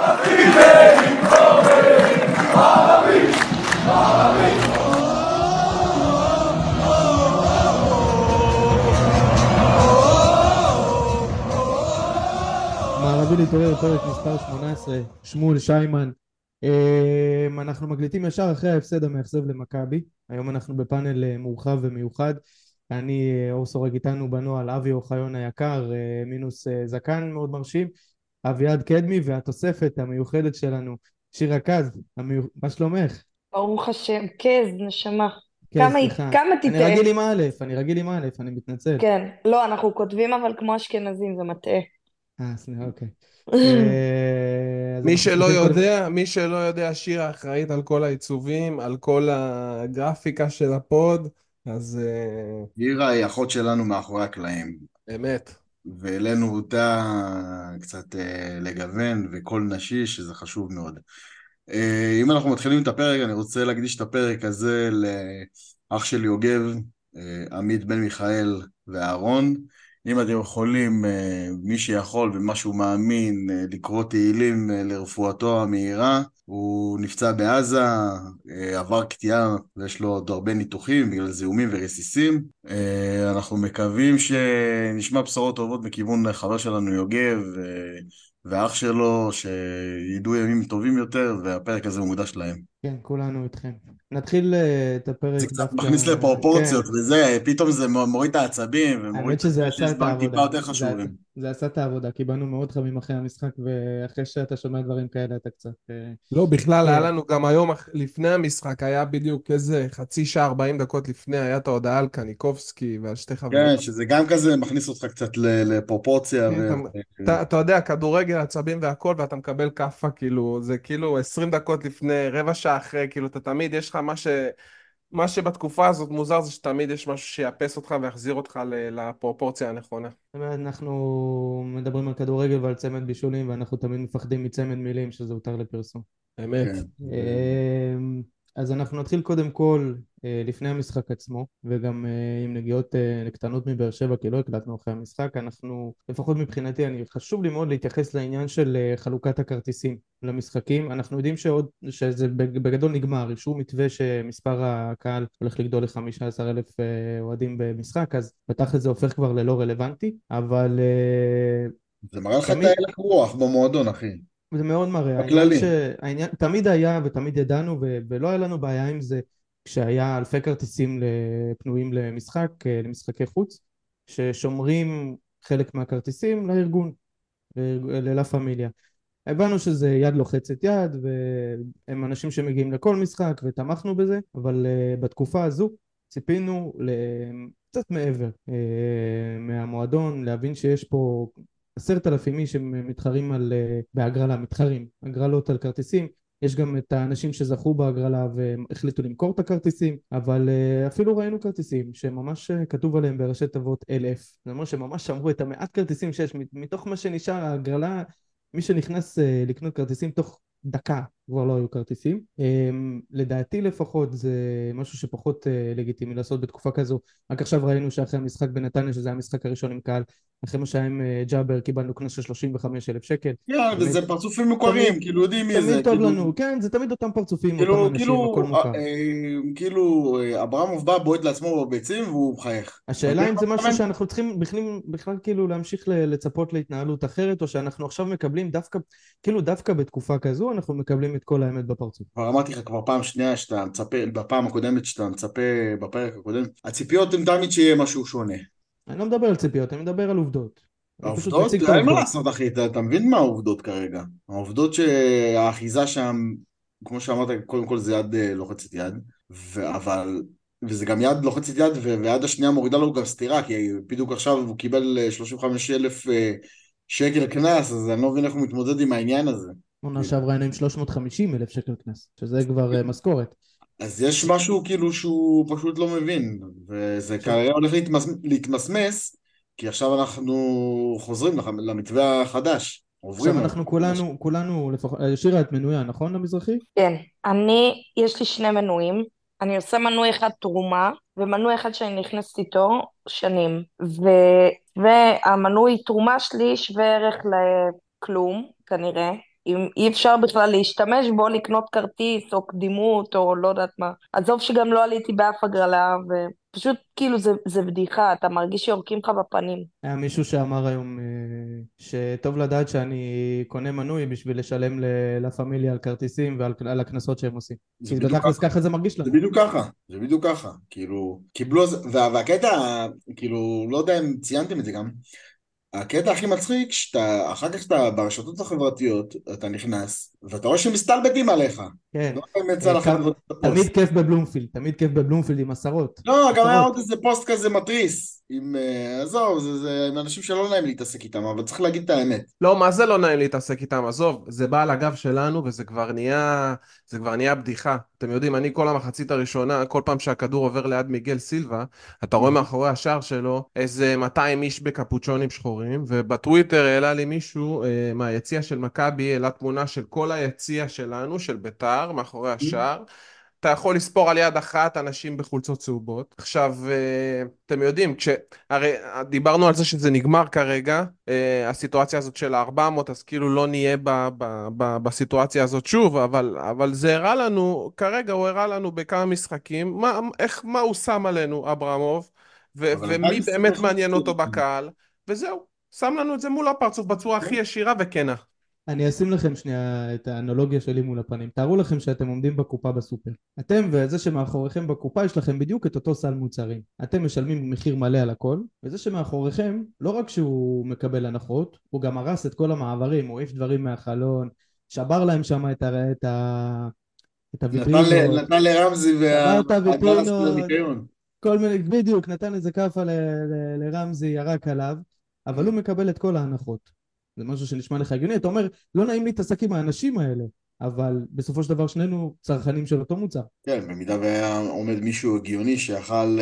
מערבי להתעורר, פרק מספר 18, שמואל שיימן. אנחנו מקליטים ישר אחרי ההפסד המאכזב למכבי. היום אנחנו בפאנל מורחב ומיוחד. אני אור סורג, איתנו בנועל אבי אוחיון היקר, מינוס זקן מאוד מרשים, אביעד קדמי, והתוספת המיוחדת שלנו, שירה קז. מה שלומך? ברוך השם, קז, נשמה. כן, סליחה. כמה אני תטעה? רגיל עם א', אני מתנצל. כן, לא, אנחנו כותבים אבל כמו אשכנזים, זה מטעה. סליחה, אוקיי. אז מי אנחנו שלא שמחים קודם. יודע, מי שלא יודע, שירה אחראית על כל העיצובים, על כל הגרפיקה של הפוד, אז גירה היא אחות שלנו מאחורי הקלעים, אמת. והעלינו אותה קצת לגוון וקול נשי, שזה חשוב מאוד. אם אנחנו מתחילים את הפרק, אני רוצה להקדיש את הפרק הזה לאח שלי יוגב, עמית בן מיכאל ואהרון. אם אתם יכולים, מי שיכול ומה שהוא מאמין, לקרוא תהילים לרפואתו המהירה. הוא נפצע בעזה, עבר קטיעה ויש לו עוד הרבה ניתוחים בגלל זיהומים ורסיסים. אנחנו מקווים שנשמע בשורות טובות מכיוון חבר שלנו יוגב ואח שלו, שידעו ימים טובים יותר, והפרק הזה הוא מוקדש להם. כן, כולנו איתכם. נתחיל את זה הפרק קצת דווקא. מכניס כן, לפרופורציות וזה, פתאום זה מוריד את העצבים ומוריד האמת את שזה זה עשה שיש את דברים טיפה העבודה. יותר חשובים. זה עשה את העבודה, כי באנו מאוד חמים אחרי המשחק, ואחרי שאתה שומע דברים כאלה אתה קצת... לא, בכלל היה כן, לנו גם היום, לפני המשחק, היה בדיוק איזה חצי שעה, 40 דקות לפני, היה את ההודעה על קניקובסקי ועל שתי חברים. כן, שזה גם כזה מכניס אותך קצת לפרופורציה. כן, אתה יודע, כדורגל, עצבים והכל, ואתה מקבל כאפה, כאילו, זה כאילו 20 דקות לפני, רבע שעה אחרי, כאילו, אתה תמיד, יש לך מה שבתקופה הזאת מוזר זה שתמיד יש משהו שיאפס אותך ויחזיר אותך לפרופורציה הנכונה. זאת אומרת, אנחנו מדברים על כדורגל ועל צמד בישולים, ואנחנו תמיד מפחדים מצמד מילים שזה הותר לפרסום. אמת. כן. אז אנחנו נתחיל קודם כל לפני המשחק עצמו, וגם עם נגיעות קטנות מבאר שבע, כי לא הקלטנו אחרי המשחק. אנחנו, לפחות מבחינתי, חשוב לי מאוד להתייחס לעניין של חלוקת הכרטיסים למשחקים. אנחנו יודעים שזה בגדול נגמר, אישרו מתווה שמספר הקהל הולך לגדול ל15,000 אוהדים במשחק, אז בתכל'ס זה הופך כבר ללא רלוונטי, אבל זה מראה לך את תמיד, ההלך רוח במועדון, אחי. זה מאוד מראה, בכללי. העניין תמיד היה ותמיד ידענו ולא היה לנו בעיה עם זה כשהיה אלפי כרטיסים פנויים למשחק, למשחקי חוץ, ששומרים חלק מהכרטיסים לארגון, ללה פמיליה. הבנו שזה יד לוחצת יד והם אנשים שמגיעים לכל משחק ותמכנו בזה, אבל בתקופה הזו ציפינו קצת מעבר מהמועדון, להבין שיש פה 10,000 איש שמתחרים בהגרלה, מתחרים, הגרלות על כרטיסים. יש גם את האנשים שזכו בהגרלה והחליטו למכור את הכרטיסים, אבל אפילו ראינו כרטיסים שממש כתוב עליהם בראשי תיבות 1,000. זאת אומרת שממש שמרו את המעט כרטיסים שיש מתוך מה שנשאר ההגרלה. מי שנכנס לקנות כרטיסים תוך דקה כבר לא היו כרטיסים. לדעתי לפחות זה משהו שפחות לגיטימי לעשות בתקופה כזו. רק עכשיו ראינו שאחרי המשחק בנתניה, שזה היה המשחק הראשון עם קהל, אחרי מה שהיה עם ג'אבר, קיבלנו קנס של 35,000 שקל. כן, באמת, וזה פרצופים מוכרים, תמיד, כאילו יודעים מי תמיד זה, טוב כאילו, לנו, כן, זה תמיד אותם פרצופים, אותם אנשים, הכל מוכר. אברמוב בא, בועט לעצמו בביצים והוא מחייך. אתה מבין השאלה אם מה זה אני משהו מתכוון? שאנחנו צריכים בכלל כאילו להמשיך לצפות להתנהלות אחרת, או שאנחנו עכשיו מקבלים דווקא, כאילו דווקא בתקופה כזו אנחנו מקבלים את כל האמת בפרצוף. כבר אמרתי לך כבר פעם שנייה שאתה מצפה, בפעם הקודמת שאתה מצפה, בפרק הקודם, הציפיות הן תמיד שיהיה משהו שונה. אני לא מדבר על ציפיות, אני מדבר על עובדות. אני פשוט העובדות, מציג את אין מה העובדות. לעשות אחי, אתה מבין מה העובדות כרגע? העובדות שהאחיזה שם, כמו שאמרת, קודם כל זה יד לוחצת יד, וזה גם יד לוחצת יד, ויד השנייה מורידה לו גם סטירה, כי בדיוק עכשיו הוא קיבל 35,000 שקל קנס, אז אני לא מבין איך הוא מתמודד עם העניין הזה. עונה שעברה היינו עם 350,000 שקל קנס, שזה כבר משכורת. אז יש משהו כאילו שהוא פשוט לא מבין, וזה עכשיו, כנראה הולך להתמסמס, כי עכשיו אנחנו חוזרים למתווה החדש, עוברים עכשיו למתווה אנחנו החדש. כולנו לפחות, שירה את מנויה, נכון למזרחי? כן, יש לי שני מנויים. אני עושה מנוי אחד תרומה, ומנוי אחד שאני נכנסת איתו שנים. והמנוי תרומה שלי שווה ערך לכלום, כנראה. אם אי אפשר בכלל להשתמש בו, לקנות כרטיס או קדימות או לא יודעת מה. עזוב שגם לא עליתי באף הגרלה, ופשוט כאילו זה בדיחה, אתה מרגיש שיורקים לך בפנים. היה מישהו שאמר היום שטוב לדעת שאני קונה מנוי בשביל לשלם לפמיליה על כרטיסים ועל הקנסות שהם עושים. זה כי בדיוק בתכלס ככה. ככה זה מרגיש לנו. זה בדיוק ככה, זה בדיוק ככה, כאילו, קיבלו, והקטע, כאילו, לא יודע אם ציינתם את זה גם, הקטע הכי מצחיק, שאתה, אחר כך אתה ברשתות החברתיות, אתה נכנס, ואתה רואה שמסתלבטים עליך. כן. לא יודע אם יצא לכם לראות את תמיד הפוסט. כיף בבלומפילד, תמיד כיף בבלומפילד עם עשרות. לא, גם היה עשרות. עוד איזה פוסט כזה מתריס, עם, עזוב, זה עם אנשים שלא נעים להתעסק איתם, אבל צריך להגיד את האמת. לא, מה זה לא נעים להתעסק איתם? עזוב, זה בא על הגב שלנו וזה כבר נהיה בדיחה. אתם יודעים, אני כל המחצית הראשונה, כל פעם שהכדור עובר ליד מיגל סילבה, אתה רואה מאחורי השער שלו איזה 200 איש בקפוצ'ונים שחורים, ובטוויטר העלה לי מישהו מהיציע של מכבי, העלה תמונה של כל היציע שלנו, של ביתר, מאחורי השער. אתה יכול לספור על יד אחת אנשים בחולצות צהובות. עכשיו, אתם יודעים, הרי דיברנו על זה שזה נגמר כרגע, הסיטואציה הזאת של ה-400, אז כאילו לא נהיה בסיטואציה הזאת שוב, אבל זה הראה לנו, כרגע הוא הראה לנו בכמה משחקים, מה הוא שם עלינו, אברמוב, אבל ומי באמת 2025 מעניין אותו בקהל, וזהו, שם לנו את זה מול הפרצוף בצורה הכי ישירה וכנה. אני אשים לכם שנייה את האנלוגיה שלי מול הפנים. תארו לכם שאתם עומדים בקופה בסופר. אתם וזה שמאחוריכם בקופה יש לכם בדיוק את אותו סל מוצרים. אתם משלמים מחיר מלא על הכל, וזה שמאחוריכם, לא רק שהוא מקבל הנחות, הוא גם הרס את כל המעברים, הוא העיף דברים מהחלון, שבר להם שם את הוויטרינות, נתן לרמזי שבר את והגרלה של הוויטרינות, הניקיון. כל מיני, בדיוק, נתן איזה כאפה לרמזי, ירק עליו, אבל הוא מקבל את כל ההנחות. זה משהו שנשמע לך הגיוני, אתה אומר, לא נעים להתעסק עם האנשים האלה, אבל בסופו של דבר שנינו צרכנים של אותו מוצר. כן, במידה והיה עומד מישהו הגיוני שיכל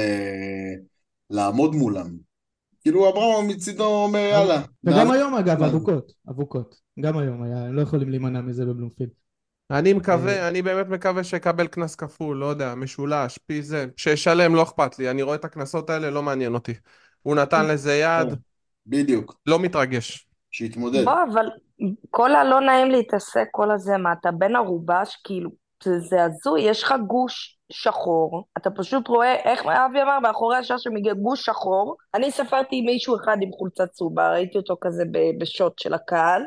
לעמוד מולם. כאילו אברהם מצידו אומר יאללה. וגם היום אגב, אבוקות, גם היום היה, הם לא יכולים להימנע מזה בבלומפילד. אני באמת מקווה שיקבל קנס כפול, לא יודע, משולש, פי זה, שישלם, לא אכפת לי, אני רואה את הקנסות האלה, לא מעניין אותי. הוא נתן לזה יד, בדיוק, לא מתרגש. שיתמודד. בוא, אבל כל הלא נעים להתעסק, כל הזה, מה, אתה בן ערובש, כאילו, זה הזוי, יש לך גוש שחור, אתה פשוט רואה, איך אבי אמר, מאחורי השעה שמגיע גוש שחור, אני ספרתי מישהו אחד עם חולצה צהובה, ראיתי אותו כזה בשוט של הקהל,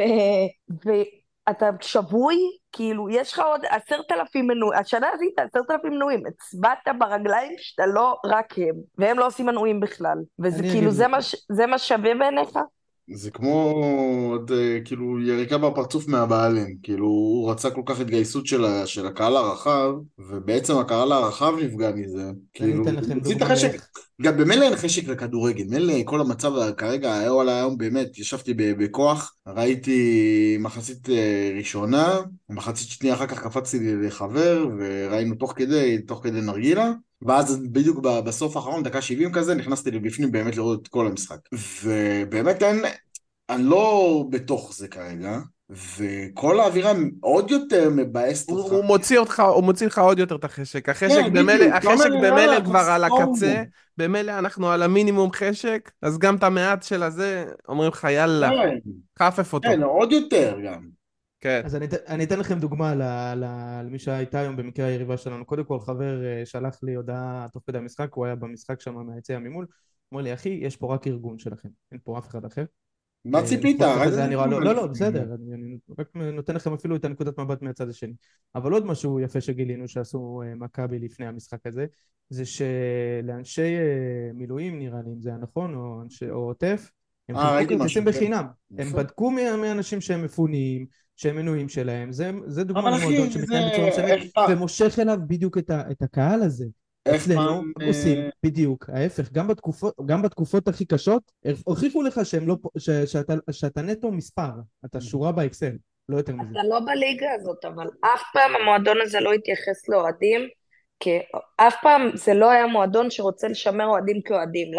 ואתה שבוי, כאילו, יש לך עוד 10,000 מנויים, השנה עשית 10,000 מנויים, הצבעת ברגליים שאתה לא רק הם, והם לא עושים מנויים בכלל, וזה כאילו, זה מה שווה בעיניך? זה כמו כאילו יריקה בפרצוף מהבעלים, כאילו הוא רצה כל כך התגייסות של הקהל הרחב, ובעצם הקהל הרחב נפגע מזה, אני כאילו אתן הוא לכם מוציא את דוגמה החשק, גם במילא אין חשק לכדורגל, מילא כל המצב כרגע, היום באמת ישבתי בכוח, ראיתי מחצית ראשונה, מחצית שנייה אחר כך קפצתי לחבר, וראינו תוך כדי נרגילה, ואז בדיוק בסוף האחרון, דקה 70 כזה, נכנסתי לבפנים באמת לראות את כל המשחק. ובאמת אני לא בתוך זה כרגע, וכל האווירה עוד יותר מבאסת אותך. הוא מוציא לך עוד יותר את החשק. החשק כן, בדיוק. במילא כבר על תחסום הקצה, בו. במילא אנחנו על המינימום חשק, אז גם את המעט של הזה, אומרים לך יאללה, כן, חפף אותו. כן, עוד יותר גם. כן. אז אני אתן לכם דוגמה למי שהייתה היום במקרה היריבה שלנו. קודם כל חבר שלח לי הודעה תוך כדי המשחק, הוא היה במשחק שם מהיציע ממול, אמר לי אחי יש פה רק ארגון שלכם, אין פה אף אחד אחר. מה ציפית? לפחות ככה זה היה נראה לו, לא בסדר, אני רק נותן לכם אפילו את הנקודת מבט מהצד השני. אבל עוד משהו יפה שגילינו שעשו מכבי לפני המשחק הזה, זה שלאנשי מילואים נראה לי אם זה היה נכון או עוטף, הם חילקו כרטיסים בחינם, הם בדקו מאנשים שהם מפונים, שהם מנויים שלהם, זה דוגמה למועדון שמתנהל בצורה מסוימת ומושך אליו בדיוק את הקהל הזה. אצלנו עושים בדיוק ההפך, גם בתקופות הכי קשות הוכיחו לך שאתה נטו מספר, אתה שורה באקסל, לא יותר מזה. אתה לא בליגה הזאת, אבל אף פעם המועדון הזה לא התייחס לאוהדים, כי אף פעם זה לא היה מועדון שרוצה לשמר אוהדים כאוהדים.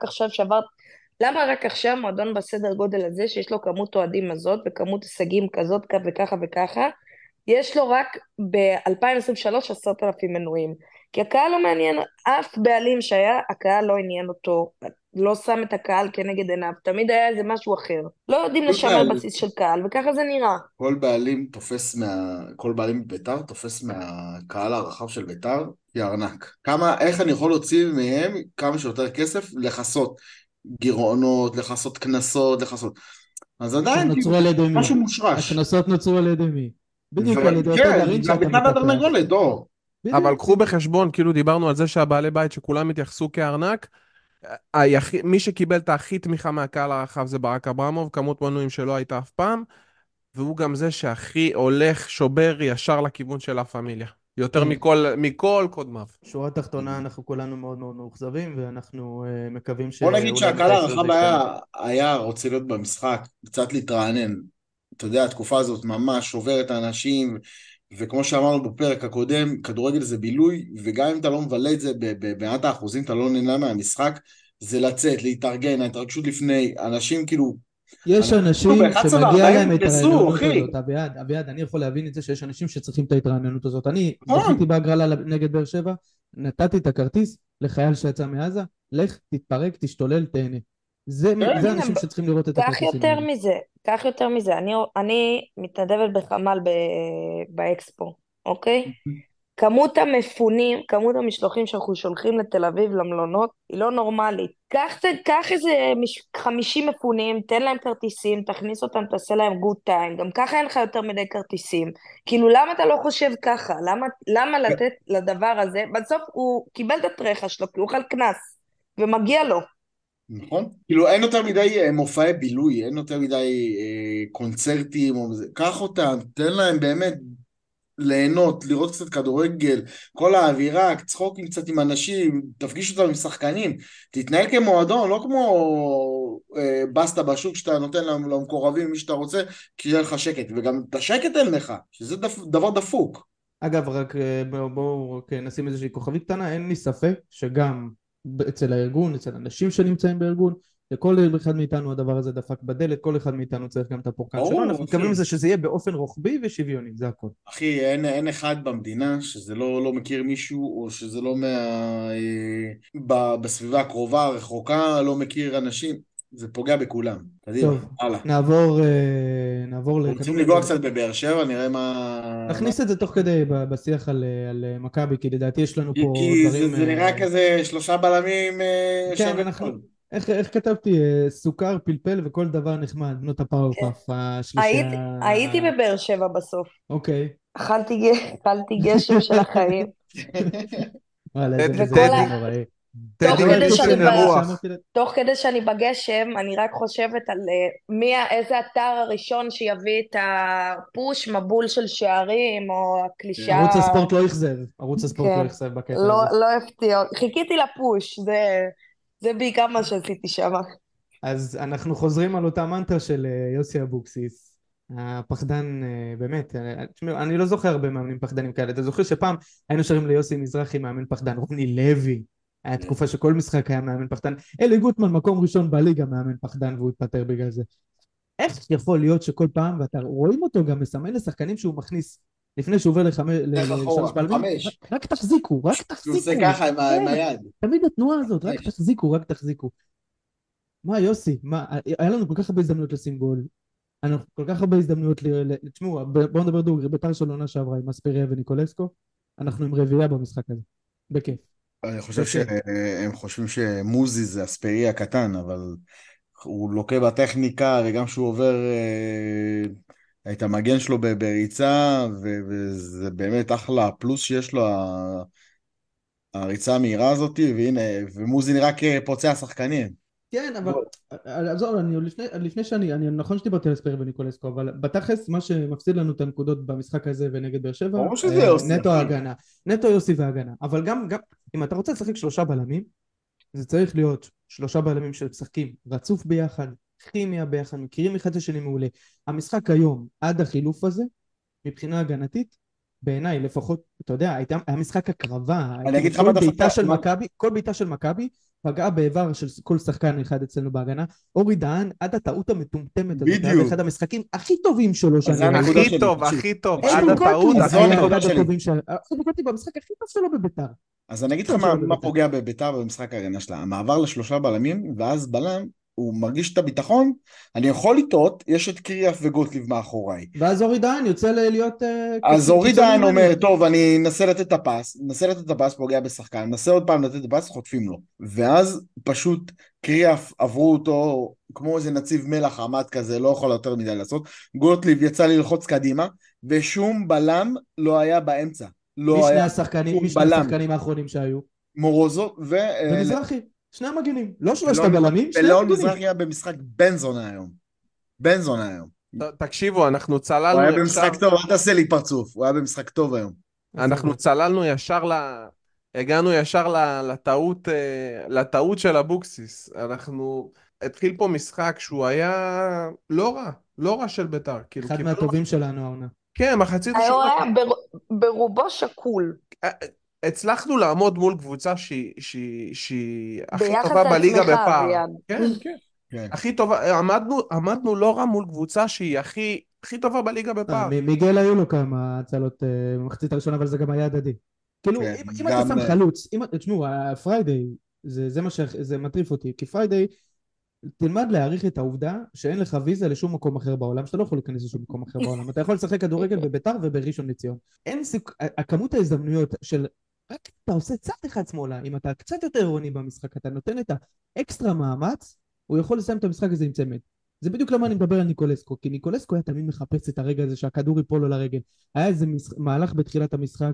למה רק עכשיו מועדון בסדר גודל הזה, שיש לו כמות אוהדים הזאת וכמות הישגים כזאת וככה וככה, יש לו רק ב-2023 10,000 מנויים, כי הקהל לא מעניין, אף בעלים שהיה, הקהל לא עניין אותו, לא שם את הקהל כנגד עיניו, תמיד היה איזה משהו אחר. לא יודעים כל לשמר בעלים, בסיס של קהל, וככה זה נראה. כל בעלים בביתר תופס מהקהל הרחב של ביתר כארנק. איך אני יכול להוציא מהם כמה שיותר כסף לכסות גירעונות, לכסות קנסות, לכסות. אז שהם עדיין, כאילו, נוצרו על ידי מי? משהו מושרש. הקנסות נוצרו על ידי מי? בדיוק על ידי אותו וכן, גרעין זה שאתה הביצה מטפח. והתרנגולת, דור. אבל בדיוק. קחו בחשבון, כאילו דיברנו על זה שהבעלי בית שכולם התייחסו כארנק, מי שקיבל את הכי תמיכה מהקהל הרחב זה ברק אברמוב, כמות מנויים שלא הייתה אף פעם, והוא גם זה שהכי הולך שובר ישר לכיוון של הפמיליה. יותר כן. מכל קודמיו. שורה תחתונה, אנחנו כולנו מאוד מאוד מאוכזבים, ואנחנו מקווים בוא נגיד שאולי שהקהל מתישהו זה הרחב ישתנה. היה רוצה להיות במשחק, קצת להתרענן. אתה יודע, התקופה הזאת ממש שוברת האנשים, וכמו שאמרנו בפרק הקודם, כדורגל זה בילוי, וגם אם אתה לא מבלה את זה במאת האחוזים, אתה לא נהנה מהמשחק, זה לצאת, להתארגן, ההתרגשות לפני, אנשים כאילו... יש אנשים ב-11 שמגיע ו-40 להם את התגייסו, ההתרעננות אחי. הזאת, אביעד, אני יכול להבין את זה שיש אנשים שצריכים את ההתרעננות הזאת. אני נכון. זכיתי בהגרלה נגד באר שבע, נתתי את הכרטיס לחייל שיצא מעזה, לך, תתפרק, תשתולל, תהנה. זה אנשים שצריכים לראות את קח הכרטיסים יותר האלה. מזה, קח יותר מזה. אני מתנדבת בחמ"ל באקספו, אוקיי? כמות המפונים, כמות המשלוחים שאנחנו שולחים לתל אביב למלונות, היא לא נורמלית. קח איזה 50 מפונים, תן להם כרטיסים, תכניס אותם, תעשה להם גוד טיים, גם ככה אין לך יותר מדי כרטיסים. כאילו, למה אתה לא חושב ככה? למה לתת לדבר הזה? בסוף הוא קיבל את הטרחה שלו, כי הוא אוכל קנס, ומגיע לו. נכון? כאילו אין יותר מדי מופעי בילוי, אין יותר מדי קונצרטים, קח אותם, תן להם באמת ליהנות, לראות קצת כדורגל, כל האווירה, צחוקים קצת עם אנשים, תפגיש אותם עם שחקנים, תתנהל כמועדון, לא כמו בסטה בשוק שאתה נותן למקורבים מי שאתה רוצה, כי יהיה לך שקט, וגם את השקט אין לך, שזה דבר דפוק. אגב, רק בואו רק נשים איזושהי כוכבית קטנה, אין לי ספק שגם אצל הארגון, אצל אנשים שנמצאים בארגון, לכל אחד מאיתנו הדבר הזה דפק בדלת, כל אחד מאיתנו צריך גם את הפורקן שלו, אנחנו מתכוונים לזה שזה יהיה באופן רוחבי ושוויוני, זה הכל. אחי, אין אחד במדינה שזה לא מכיר מישהו, או שזה לא בסביבה הקרובה, הרחוקה, לא מכיר אנשים, זה פוגע בכולם. קדימה, טוב, הלאה. נעבור רוצים לגוע קצת בבאר שבע, נראה מה... נכניס את זה תוך כדי בשיח על מכבי, כי לדעתי יש לנו פה כי דברים... זה נראה כזה 3 בלמים כן, אנחנו... איך כתבתי? סוכר, פלפל וכל דבר נחמד, בנות הפאורפאף, השלישה... הייתי בבאר שבע בסוף. אוקיי. אכלתי גשם של החיים. וואלה, איזה וכל גזע נוראי. תוך כדי שאני בגשם, אני רק חושבת על איזה אתר הראשון שיביא את הפוש מבול של שערים, או הקלישה... ערוץ הספורט לא יחזב, ערוץ הספורט לא יחזב בקטע הזה. לא הפתיע, חיכיתי לפוש, זה בעיקר מה שעשיתי שם. אז אנחנו חוזרים על אותה מנטרה של יוסי אבוקסיס, הפחדן, באמת, אני לא זוכר הרבה מאמנים פחדנים כאלה, אתה זוכר שפעם היינו שרים ליוסי מזרחי מאמן פחדן, רוני לוי, היה תקופה שכל משחק היה מאמן פחדן, אלי גוטמן מקום ראשון בליגה מאמן פחדן והוא התפטר בגלל זה. איך יכול להיות שכל פעם, ואתה רואים אותו גם מסמן לשחקנים שהוא מכניס לפני שהוא עובר לשלוש בלמים, רק תחזיקו. הוא עושה ככה עם היד. תמיד התנועה הזאת, רק תחזיקו. מה יוסי, היה לנו כל כך הרבה הזדמנויות לשים גול, אנחנו כל כך הרבה הזדמנויות, תשמעו, בואו נדבר דוגרי, בית"ר של עונה שעברה עם אספריה וניקולסקו, אנחנו עם רביעייה במשחק הזה, בכיף. אני חושב שהם חושבים שמוזי זה אספריה קטן, אבל הוא לוקה בטכניקה, וגם שהוא עובר את המגן שלו בריצה, וזה באמת אחלה, פלוס שיש לו הריצה המהירה הזאת, והנה, ומוזי נראה כפוצע שחקנים. כן, אבל עזור, לפני שאני, נכון שדיברתי על אספריה וניקולסקו, אבל בתכלס מה שמפסיד לנו את הנקודות במשחק הזה ונגד באר שבע, נטו ההגנה, נטו יוסי וההגנה, אבל גם אם אתה רוצה לשחק 3 בלמים, זה צריך להיות 3 בלמים שמשחקים רצוף ביחד, כימיה ביחד, מכירים אחד לשני מעולה. המשחק היום, עד החילוף הזה, מבחינה הגנתית, בעיניי לפחות, אתה יודע, היה משחק הקרבה, כל בעיטה של מכבי פגעה באיבר של כל שחקן אחד אצלנו בהגנה. אורי דהן, עד הטעות המטומטמת הזאת, היה בדיוק. באחד המשחקים הכי טובים שלו זה שאני הנקודה הכי שלי, טוב, תקשיב. הכי טוב, תקשיב. עד הטעות אדו אז זו הכי היה טוב. הנקודה אחד שלי. הטובים שלו. אדו קוטי במשחק הכי טוב שלו בביתר. אז אני אגיד לך טוב שלא מה בביתר. פוגע בביתר במשחק ההגנה שלה. המעבר לשלושה בלמים, ואז בלם, הוא מרגיש את הביטחון, אני יכול לטעות, יש את קריאף וגוטליב מאחוריי. ואז אורי דהן יוצא להיות אז אורי קיצוני דהן ימני. אומר, טוב, אני אנסה לתת את הפס, פוגע בשחקן, אנסה עוד פעם לתת את הפס, חוטפים לו. ואז פשוט קריאף עברו אותו, כמו איזה נציב מלח עמד כזה, לא יכול יותר מדי לעשות. גוטליב יצא ללחוץ קדימה, ושום בלם לא היה באמצע. לא היה מי שום שני בלם. השחקנים האחרונים שהיו? מורוזו ומזרחי. שני המגנים. לא שלושת ולאון הבלמים, שני ולאון המגנים. מזרחי היה במשחק בן זונה היום. בן זונה היום. תקשיבו, אנחנו הוא צללנו היה ישר, במשחק טוב, אל תעשה לי פרצוף, הוא היה במשחק טוב היום. אנחנו צללנו ישר הגענו ישר לטעות של אבוקסיס. התחיל פה משחק שהוא היה לא רע של ביתר. כאילו, אחד קיבלנו מהטובים שלנו העונה. כן, מחצית היה ראשונה. ברובו שקול. הצלחנו לעמוד מול קבוצה שהיא הכי ביחס טובה בליגה לעצמך, בפער. אביעד. כן, כן. כן. הכי טובה, עמדנו לא רע מול קבוצה שהיא הכי טובה בליגה בפער. מיגל היו לו כמה הצלות במחצית הראשונה, אבל זה גם היה הדדי. כאילו, כן, אם אתה שם חלוץ, תשמעו, פריידי, זה מה שזה מטריף אותי, כי פריידי, תלמד להעריך את העובדה שאין לך ויזה לשום מקום אחר בעולם, שאתה לא יכול להיכנס לשום מקום אחר בעולם. אתה יכול לשחק כדורגל בביתר ובראשון לציון. הכמות ההזדמנויות של רק אתה עושה צעד אחד שמאלה, אם אתה קצת יותר עירוני במשחק, אתה נותן את האקסטרה מאמץ, הוא יכול לסיים את המשחק הזה עם צמד. זה בדיוק למה אני מדבר על ניקולסקו, כי ניקולסקו היה תמיד מחפש את הרגע הזה שהכדור ייפול לו לרגל. היה איזה מהלך בתחילת המשחק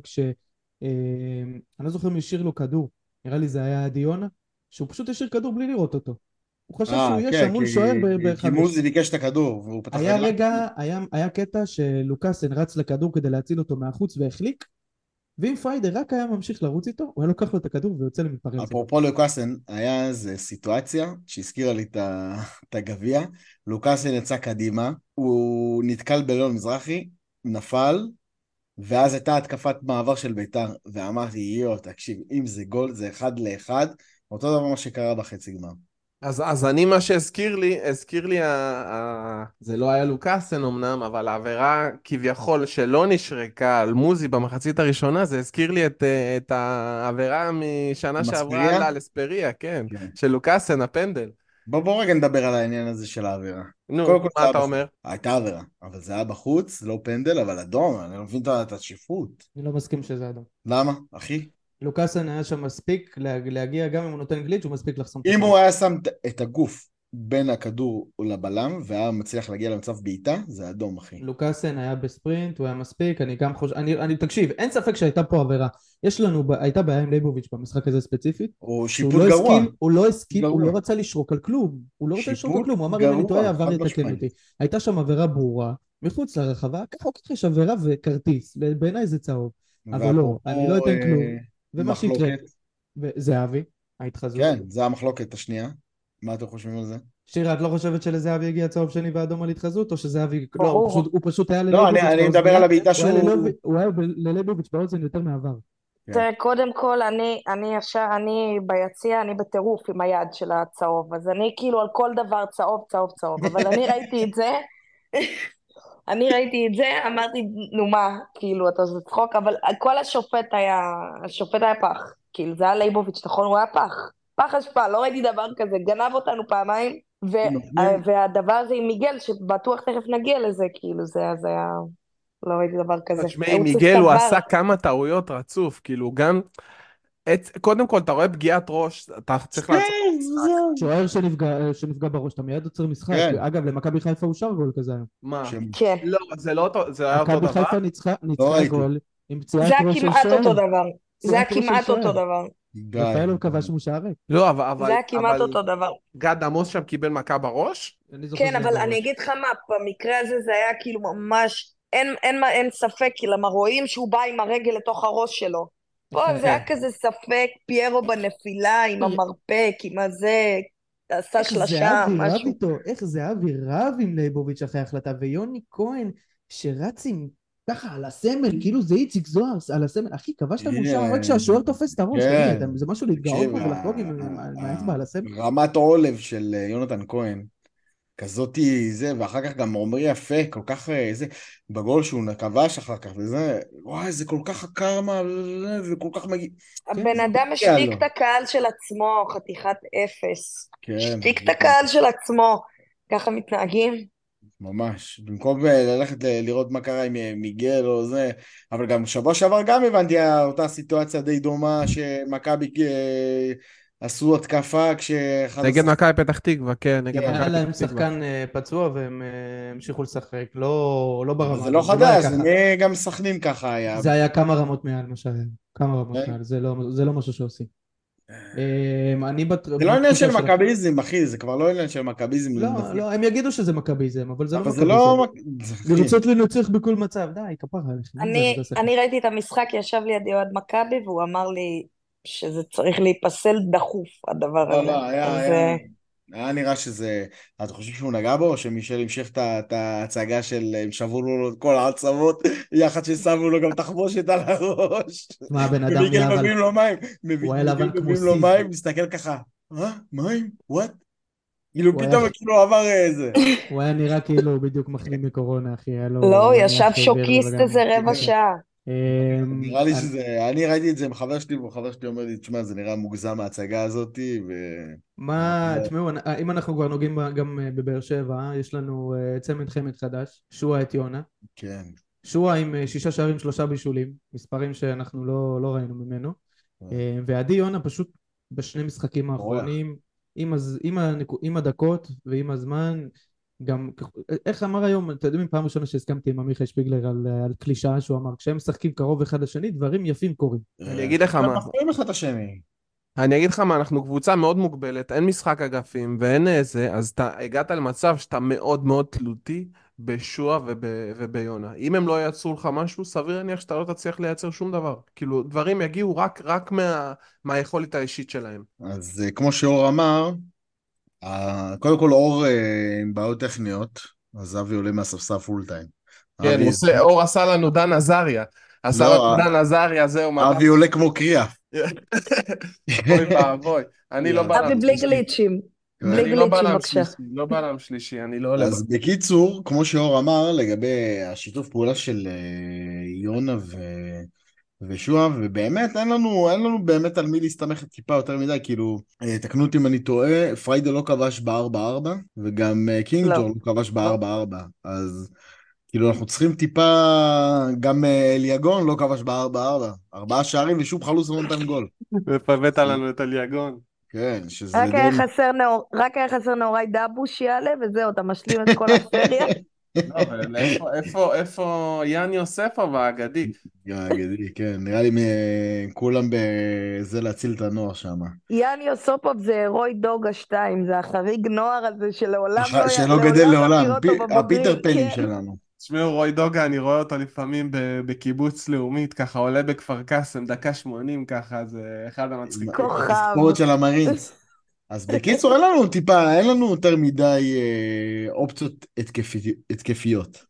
אני לא זוכר מי השאיר לו כדור, נראה לי זה היה דיונה, שהוא פשוט השאיר כדור בלי לראות אותו. הוא חשב שהוא יהיה שם מול שוער כי מוזי ביקש את הכדור, והוא פתח היה רגע, היה קטע שלוקאסן רץ לכדור כדי להציל אותו מהחוץ והחליק, ואם פריידי רק היה ממשיך לרוץ איתו, הוא היה לוקח לו את הכדור ויוצא למתפרץ. אפרופו לוקאסן, היה איזו סיטואציה שהזכירה לי את הגביע, לוקאסן יצא קדימה, הוא נתקל בלאון מזרחי, נפל, ואז הייתה התקפת מעבר של ביתר, ואמרתי, תקשיב, אם זה גול, זה 1-1, אותו דבר מה שקרה בחצי גמר. אז אני מה שהזכיר לי, זה לא היה לוקאסן אמנם, אבל העבירה כביכול שלא נשרקה על מוזי במחצית הראשונה, זה הזכיר לי את העבירה משנה שעברה על אספריה, כן, של לוקאסן, הפנדל. בוא רגע נדבר על העניין הזה של העבירה. נו, מה אתה אומר? הייתה עבירה, אבל זה היה בחוץ, לא פנדל, אבל אדום, אני לא מבין את השפרות. אני לא מסכים שזה אדום. למה, אחי? לוקאסן היה שם מספיק להגיע, גם אם הוא נותן גליץ' הוא מספיק לחסום. אם הוא היה שם את הגוף בין הכדור לבלם, והיה מצליח להגיע למצב בעיטה, זה אדום, אחי. לוקאסן היה בספרינט, הוא היה מספיק, אני גם חושב, תקשיב, אין ספק שהייתה פה עבירה. הייתה בעיה עם ליבוביץ' במשחק הזה ספציפית. הוא שיפוט גרוע. הוא לא הסכים, הוא לא רצה לשרוק על כלום. הוא לא רצה לשרוק על כלום, הוא אמר אם אני טועה, עבר יתקן אותי. הייתה שם עבירה ברורה, מחוץ לרחבה, ככה או ככה יש עבירה וכרטיס, בעיניי זה צהוב. אבל לא, אני לא אתן כלום. ומה שיקרה, זהבי, ההתחזות. כן, זה המחלוקת השנייה. מה אתם חושבים על זה? שירה, את לא חושבת שלזהבי הגיע צהוב שני ואדום על התחזות, או שזהבי, לא, הוא פשוט היה לא, אני מדבר על הבעיטה שהוא... הוא היה לליבוביץ' באוזן יותר מעבר. קודם כל, אני ביציע, אני בטירוף עם היד של הצהוב, אז אני כאילו על כל דבר צהוב, צהוב, צהוב, אבל אני ראיתי את זה, אמרתי, נו מה, כאילו, אתה עושה צחוק, אבל כל השופט היה פח, כאילו, זה היה ליבוביץ', נכון, הוא היה פח השפעה, לא ראיתי דבר כזה, גנב אותנו פעמיים, והדבר הזה עם מיגל, שבטוח תכף נגיע לזה, כאילו, זה היה, לא ראיתי דבר כזה. תשמעי, מיגל הוא עשה כמה טעויות רצוף, כאילו, גם, קודם כל, אתה רואה פגיעת ראש, אתה צריך לעצור. שוער שנפגע בראש, אתה מיד עוצר משחק. אגב, למכבי חיפה אושר גול כזה. מה? כן. לא, זה היה אותו דבר. מכבי חיפה ניצחה גול עם פציעת ראש של שוער. זה היה כמעט אותו דבר. רפאלוב כבש מושער ריק. לא, אבל... זה היה כמעט אותו דבר. גד עמוס שם קיבל מכה בראש? כן, אבל אני אגיד לך מה, במקרה הזה זה היה כאילו ממש... אין ספק, כי למה רואים שהוא בא עם הרגל לתוך הראש שלו. פה זה היה כזה ספק, פיירו בנפילה עם המרפק, עם הזה, עשה שלשה, משהו. איך זהבי רב עם ליבוביץ' אחרי ההחלטה, ויוני כהן שרץ עם ככה על הסמל, כאילו זה איציק זוהר, על הסמל, אחי, כבשת מול שער רק כן, שהשוער תופס את הראש, תגיד לי, כן. זה משהו להתגאות תקשיב, בו ולחגוג עם האצבע על הסמל? רמת עולב של יונתן כהן, כזאתי זה, ואחר כך גם עומרי יפה, כל כך זה, בגול שהוא כבש אחר כך, וזה, וואי, זה כל כך הקרמה, וכל כך מגיע, כן, הבן זה אדם מגיע השתיק לו. את הקהל של עצמו, חתיכת אפס. כן, השתיק את הקהל של עצמו. ככה מתנהגים? ממש. במקום ללכת לראות מה קרה עם מיגל או זה, אבל גם שבוע שעבר גם הבנתי אותה סיטואציה די דומה, שמכבי עשו התקפה כשאחד נגד השחקנים... מכבי פתח תקווה, כן, נגד כן. היה מכבי להם פתח תקווה. שחקן פצוע והם המשיכו לשחק, לא אבל ברמה זה לא הזאת, זה לא היה חדש, זה ככה. גם סכנין ככה היה. זה היה כמה רמות מעל מה שהיה, כמה רמות כן? מעל, זה לא משהו שעושים. אני זה לא עניין של בתחושה שלכם. מכביזם, אחי, זה כבר לא עניין של מכביזם. לא, הם יגידו שזה מכביזם, אבל זה לא אבל זה מכביזם. לא... אחי, לרצות לנצח בכל מצב, די, כפרה עליכם, מה זה השכל? אני ראיתי את המשחק, ישב לידי אוהד מכבי, והוא אמר לי שזה צריך להיפסל דחוף, הדבר לא, הזה. לא, אז היה נראה שזה... אתה חושב שהוא נגע בו, או שמישל המשיך את ההצגה של... הם שברו לו את כל העצמות, יחד ששמו לו גם תחבושת על הראש. מה, הבן אדם ומיגל נהיה, אבל מביאים לו מים. הוא היה מיגל לבן כמו מביאים לו סיז. מים, מסתכל ככה, מים? וואט? כאילו הוא היה, פתאום כאילו עבר איזה... הוא היה נראה כאילו הוא בדיוק מחלים מקורונה, אחי, היה לו לא, הוא מניח ישב וירל שוקיסט לגמרי. איזה רבע כן. שעה. נראה לי שזה... אני ראיתי את זה עם חבר שלי, וחבר שלי אומר לי, תשמע, זה נראה מוגזם ההצגה הזאת, ו... מה, תשמעו, אם אנחנו כבר נוגעים גם בבאר שבע, יש לנו צמד חמד חדש, שועה את יונה. כן. שועה עם 6 שערים 3 בישולים, מספרים שאנחנו לא ראינו ממנו. ועדי יונה פשוט בשני משחקים האחרונים, עם הדקות ועם הזמן, גם, איך אמר היום, אתה יודעים, פעם ראשונה שהסכמתי עם עמיחי שפיגלר על קלישאה שהוא אמר, כשהם משחקים קרוב אחד לשני, דברים יפים קורים. אני אגיד לך מה. אנחנו רואים אחד את השני. אני אגיד לך מה, אנחנו קבוצה מאוד מוגבלת, אין משחק אגפים ואין זה, אז אתה הגעת למצב שאתה מאוד מאוד תלותי בשועה וביונה. אם הם לא ייצרו לך משהו, סביר להניח שאתה לא תצליח לייצר שום דבר. כאילו, דברים יגיעו רק מהיכולת האישית שלהם. אז כמו שאור אמר, קודם כל אור עם בעיות טכניות, אז אבי עולה מהספסל פול טיים. כן, אור עשה לנו דן עזריה. עשה לא, לנו דן עזריה, זהו, אבי עולה כמו קריאה. אוי ואבוי. אני לא אבי בלם בלי שלישי. גליצ'ים. בלי אני לא גליצ'ים, בלם בבקשה. שלישי, לא בלם שלישי, אני לא עולה אז בקיצור, כמו שאור אמר, לגבי השיתוף פעולה של יונה ושועה, ובאמת אין לנו באמת על מי להסתמך טיפה יותר מדי, כאילו, תקנו אותי אם אני טועה, פריידה לא כבש ב-4-4, וגם קינג'ור לא כבש ב-4-4, אז כאילו אנחנו צריכים טיפה, גם אליגון לא כבש ב-4-4, 4 שערים ושום חלוץ לא נתן גול. ופבט לנו את אליגון. כן, שזה רק היה חסר נאורי דאבוש יעלה, וזהו, אתה משלים את כל הסריה. לא, אבל איפה יאן יוספוב האגדי? האגדי, כן, נראה לי כולם בזה להציל את הנוער שם. יאן יוסופוב זה רוי דוגה 2, זה החריג נוער הזה שלא גדל לעולם, לא נראה אותו הפיטר בבוגרים, פנים כן. שלנו. תשמעו, רוי דוגה, אני רואה אותו לפעמים בקיבוץ לאומית, ככה עולה בכפר קאסם, דקה 80 ככה, זה אחד המצחיקים. כוכב. ספורט של המרינס. אז בקיצור, אין לנו יותר מדי אופציות התקפיות.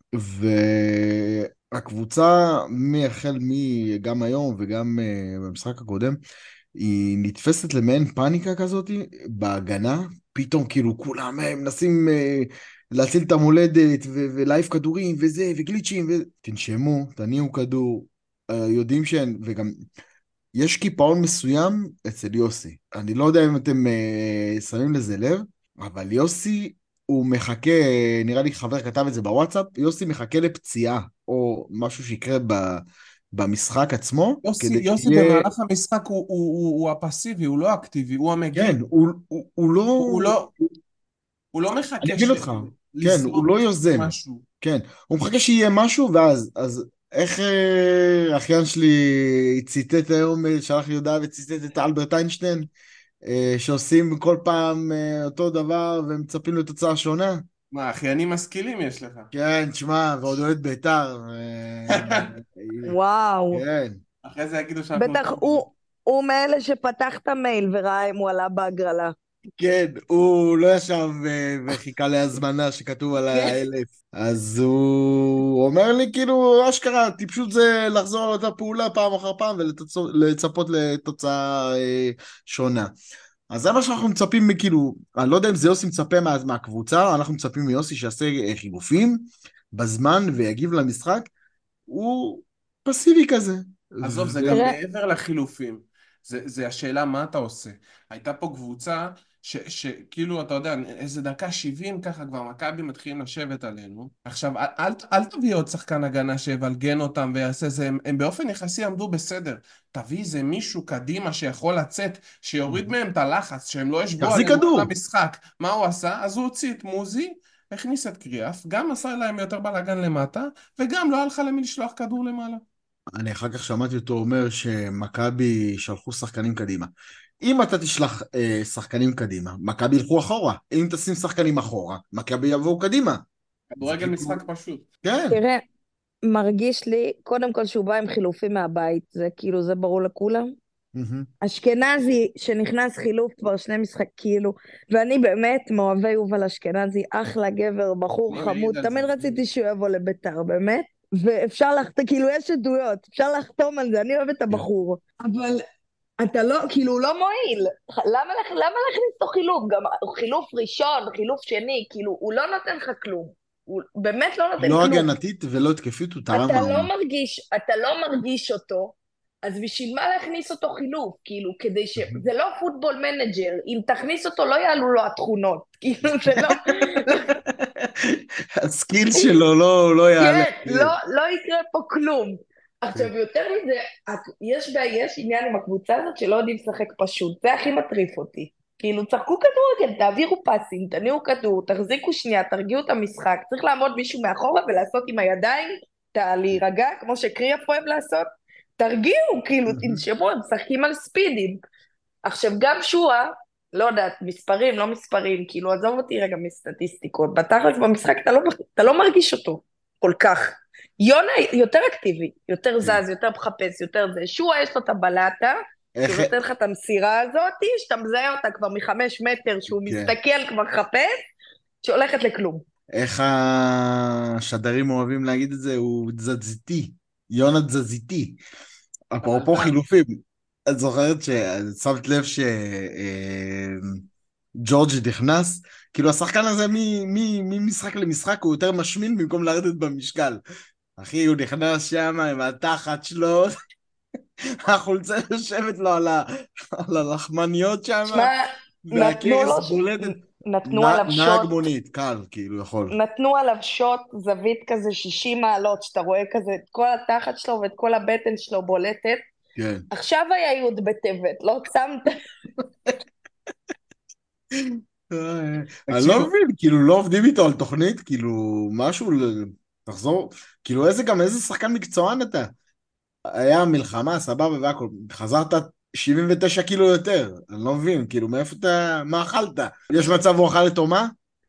והקבוצה, החל גם היום וגם במשחק הקודם, היא נתפסת למעין פאניקה כזאת בהגנה, פתאום כאילו כולם מנסים להציל את המולדת ולהעיף כדורים וזה וגליצ'ים, תנשמו, תניעו כדור, יודעים שאין, וגם יש קיפאון מסוים אצל יוסי. אני לא יודע אם אתם שמים לזה לב, אבל יוסי הוא מחכה, נראה לי חבר כתב את זה בוואטסאפ, יוסי מחכה לפציעה או משהו שיקרה במשחק עצמו. יוסי במהלך המשחק הוא הפסיבי, הוא לא אקטיבי, הוא המגיב. כן, הוא לא מחכה אני אגיד לך, כן, הוא לא יוזם. כן, הוא מחכה שיהיה משהו, ואז איך האחיין שלי ציטט היום, שלח לי הודעה וציטט את אלברט איינשטיין, שעושים כל פעם אותו דבר ומצפים לתוצאה שונה. מה, אחיינים משכילים יש לך? כן, תשמע, ועוד אוהד בית"ר. וואו. כן. אחרי זה יגידו שאנחנו... בטח הוא מאלה שפתח את המייל וראה אם הוא עלה בהגרלה. כן, הוא לא ישב וחיכה להזמנה שכתוב על כן. האלף. אז הוא אומר לי, כאילו, אשכרה, טיפשות זה לחזור על אותה פעולה פעם אחר פעם ולצפות לתוצאה שונה. אז זה מה שאנחנו מצפים, כאילו, אני לא יודע אם זה יוסי מצפה מהקבוצה, אנחנו מצפים מיוסי שיעשה חילופים בזמן ויגיב למשחק, הוא פסיבי כזה. עזוב, זה גם תראה, מעבר לחילופים. זה השאלה מה אתה עושה. הייתה פה קבוצה שכאילו, אתה יודע, איזה דקה 70 ככה כבר מכבי מתחילים לשבת עלינו. עכשיו, אל תביא עוד שחקן הגנה שיבלגן אותם ויעשה זה, הם באופן יחסי עמדו בסדר. תביא איזה מישהו קדימה שיכול לצאת, שיוריד מהם את הלחץ, שהם לא ישבו יחזיק עלינו כל כדור. המשחק. מה הוא עשה? אז הוא הוציא את מוזי, הכניס את קריאף, גם עשה להם יותר בלגן למטה, וגם לא היה לך למי לשלוח כדור למעלה. אני אחר כך שמעתי אותו אומר שמכבי שלחו שחקנים קדימה. אם אתה תשלח שחקנים קדימה, מכבי ילכו אחורה. אם תשים שחקנים אחורה, מכבי יבואו קדימה. זה כדורגל כאילו... משחק פשוט. כן. תראה, מרגיש לי, קודם כל שהוא בא עם חילופים מהבית, זה כאילו, זה ברור לכולם. מהמם. אשכנזי שנכנס חילוף כבר שני משחק כאילו, ואני באמת מאוהבי יובל אשכנזי, אחלה גבר, בחור אני חמוד, מעיד על זה. תמיד רציתי שהוא יבוא לביתר, באמת, ואפשר לחתום, כאילו יש עדויות, אפשר לחתום על זה, אני אוהבת את הבחור, אבל אתה לא, כאילו הוא לא מועיל, למה להכניס אותו חילוף, גם חילוף ראשון, חילוף שני, כאילו הוא לא נותן לך כלום, הוא באמת לא נותן לא כלום, הגנתית ולא התקפית, הוא תרם הרבה. אתה לא מרגיש אותו, אז בשביל מה להכניס אותו חילוף? כאילו, כדי ש... זה לא פוטבול מנג'ר, אם תכניס אותו לא יעלו לו התכונות, כאילו זה לא... הסקיל שלו לא יעלה. כן, לא יקרה פה כלום. עכשיו, יותר מזה, יש עניין עם הקבוצה הזאת שלא יודעים לשחק פשוט, זה הכי מטריף אותי. כאילו, צחקו כדורגל, תעבירו פסים, תניעו כדור, תחזיקו שנייה, תרגיעו את המשחק, צריך לעמוד מישהו מאחורה ולעשות עם הידיים, להירגע, כמו שקריאף אוהב לעשות, תרגיעו, כאילו, תנשמו, הם משחקים על ספידים. עכשיו, גם שועה, לא יודעת, מספרים, לא מספרים, כאילו, עזוב אותי רגע מסטטיסטיקות, בתכלס במשחק אתה לא מרגיש אותו כל כך. יונה יותר אקטיבי, יותר זז, יותר מחפש, יותר זה. שועה יש לו את הבלטה, איך... שהוא נותן לך את המסירה הזאת, שאתה מזהה אותה כבר מ5 מטר, שהוא כן. מסתכל כבר מחפש, שהולכת לכלום. איך השדרים אוהבים להגיד את זה? הוא תזזיתי. יונה תזזיתי. אפרופו חילופים, את זוכרת ששמת לב שג'ורג' נכנס? כאילו השחקן הזה ממשחק למשחק הוא יותר משמין במקום לרדת במשקל. אחי, הוא נכנס שם עם התחת שלו, החולצה יושבת לו על הלחמניות שם, שמע, והכרס בולטת. נתנו עליו נהג שוט, מונית, קל, כאילו יכול. נתנו עליו שוט זווית כזה 60 מעלות, שאתה רואה כזה את כל התחת שלו ואת כל הבטן שלו בולטת. כן. עכשיו היה י' בטבת, לא שמת? אני לא מבין, כאילו לא עובדים איתו על תוכנית, כאילו משהו, תחזור, כאילו איזה שחקן מקצוען אתה. היה מלחמה, סבבה והכל, חזרת 79 קילו יותר, אני לא מבין, כאילו מאיפה אתה, מה אכלת? יש מצב הוא אכל לתומה?